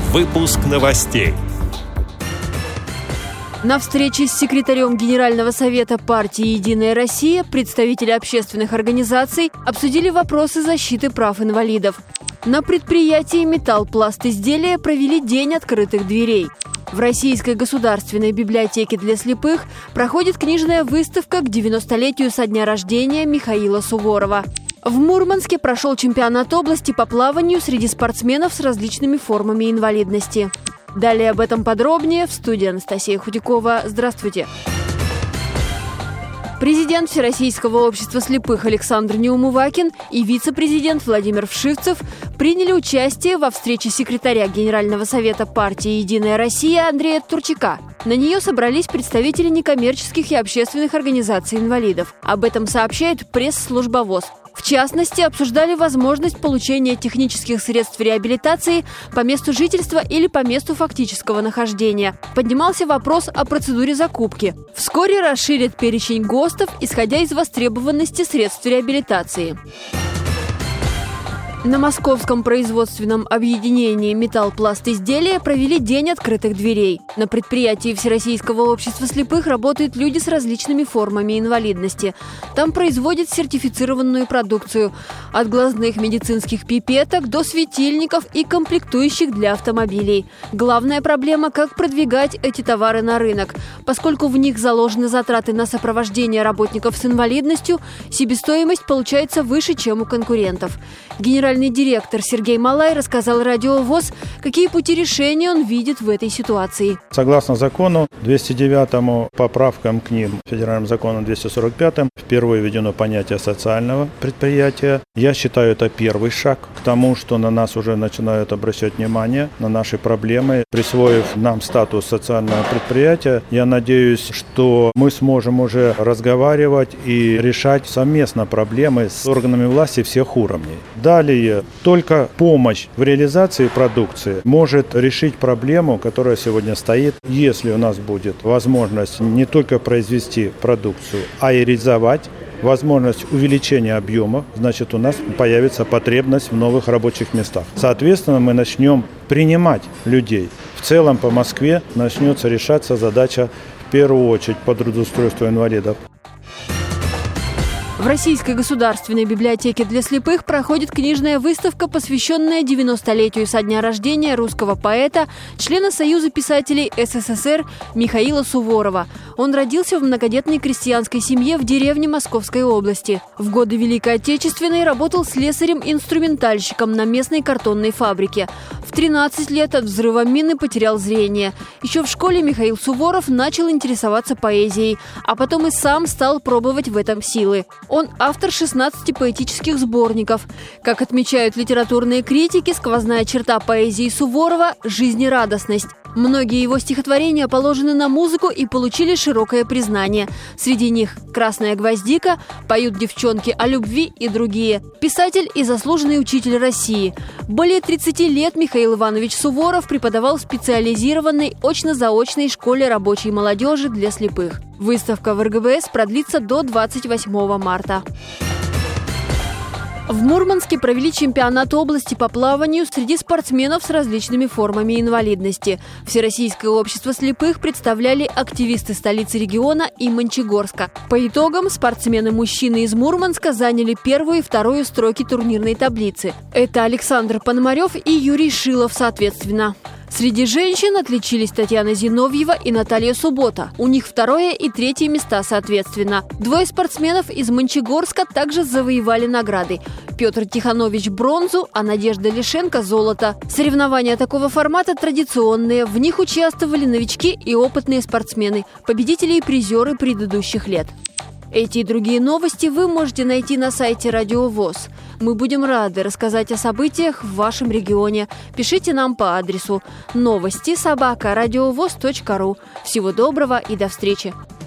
Выпуск новостей. На встрече с секретарем Генерального совета партии «Единая Россия» представители общественных организаций обсудили вопросы защиты прав инвалидов. На предприятии «Металлпласт-изделия» провели День открытых дверей. В Российской государственной библиотеке для слепых проходит книжная выставка к 90-летию со дня рождения Михаила Суворова. В Мурманске прошел чемпионат области по плаванию среди спортсменов с различными формами инвалидности. Далее об этом подробнее в студии Анастасия Худякова. Здравствуйте! Президент Всероссийского общества слепых Александр Неумывакин и вице-президент Владимир Вшивцев приняли участие во встрече секретаря Генерального совета партии «Единая Россия» Андрея Турчака. На нее собрались представители некоммерческих и общественных организаций инвалидов. Об этом сообщает пресс-служба ВОС. В частности, обсуждали возможность получения технических средств реабилитации по месту жительства или по месту фактического нахождения. Поднимался вопрос о процедуре закупки. Вскоре расширят перечень ГОСТов, исходя из востребованности средств реабилитации. На Московском производственном объединении «Металлпласт-изделия» провели День открытых дверей. На предприятии Всероссийского общества слепых работают люди с различными формами инвалидности. Там производят сертифицированную продукцию – от глазных медицинских пипеток до светильников и комплектующих для автомобилей. Главная проблема – как продвигать эти товары на рынок. Поскольку в них заложены затраты на сопровождение работников с инвалидностью, себестоимость получается выше, чем у конкурентов. Генеральный директор Сергей Малай рассказал Радио ВОС, какие пути решения он видит в этой ситуации. Согласно закону 209 поправкам к ним, федеральным законом 245, впервые введено понятие социального предприятия. Я считаю, это первый шаг к тому, что на нас уже начинают обращать внимание, на наши проблемы. Присвоив нам статус социального предприятия, я надеюсь, что мы сможем уже разговаривать и решать совместно проблемы с органами власти всех уровней. Далее, только помощь в реализации продукции может решить проблему, которая сегодня стоит. Если у нас будет возможность не только произвести продукцию, а и реализовать, возможность увеличения объемов, значит, у нас появится потребность в новых рабочих местах. Соответственно, мы начнем принимать людей. В целом по Москве начнется решаться задача в первую очередь по трудоустройству инвалидов. В Российской государственной библиотеке для слепых проходит книжная выставка, посвященная 90-летию со дня рождения русского поэта, члена Союза писателей СССР Михаила Суворова. Он родился в многодетной крестьянской семье в деревне Московской области. В годы Великой Отечественной работал слесарем-инструментальщиком на местной картонной фабрике. В 13 лет от взрыва мины потерял зрение. Еще в школе Михаил Суворов начал интересоваться поэзией, а потом и сам стал пробовать в этом силы. Он автор 16 поэтических сборников. Как отмечают литературные критики, сквозная черта поэзии Суворова – жизнерадостность. Многие его стихотворения положены на музыку и получили широкое признание. Среди них «Красная гвоздика», «Поют девчонки о любви» и другие. Писатель и заслуженный учитель России. Более 30 лет Михаил Иванович Суворов преподавал в специализированной очно-заочной школе рабочей молодежи для слепых. Выставка в РГБС продлится до 28 марта. В Мурманске провели чемпионат области по плаванию среди спортсменов с различными формами инвалидности. Всероссийское общество слепых представляли активисты столицы региона и Мончегорска. По итогам спортсмены-мужчины из Мурманска заняли первую и вторую строки турнирной таблицы. Это Александр Пономарев и Юрий Шилов соответственно. Среди женщин отличились Татьяна Зиновьева и Наталья Суббота. У них 2-е и 3-е места соответственно. 2 спортсменов из Мончегорска также завоевали награды. Петр Тиханович – бронзу, а Надежда Лишенко – золото. Соревнования такого формата традиционные. В них участвовали новички и опытные спортсмены, победители и призеры предыдущих лет. Эти и другие новости вы можете найти на сайте Радио ВОС. Мы будем рады рассказать о событиях в вашем регионе. Пишите нам по адресу новости@радиовос.ру. Всего доброго и до встречи!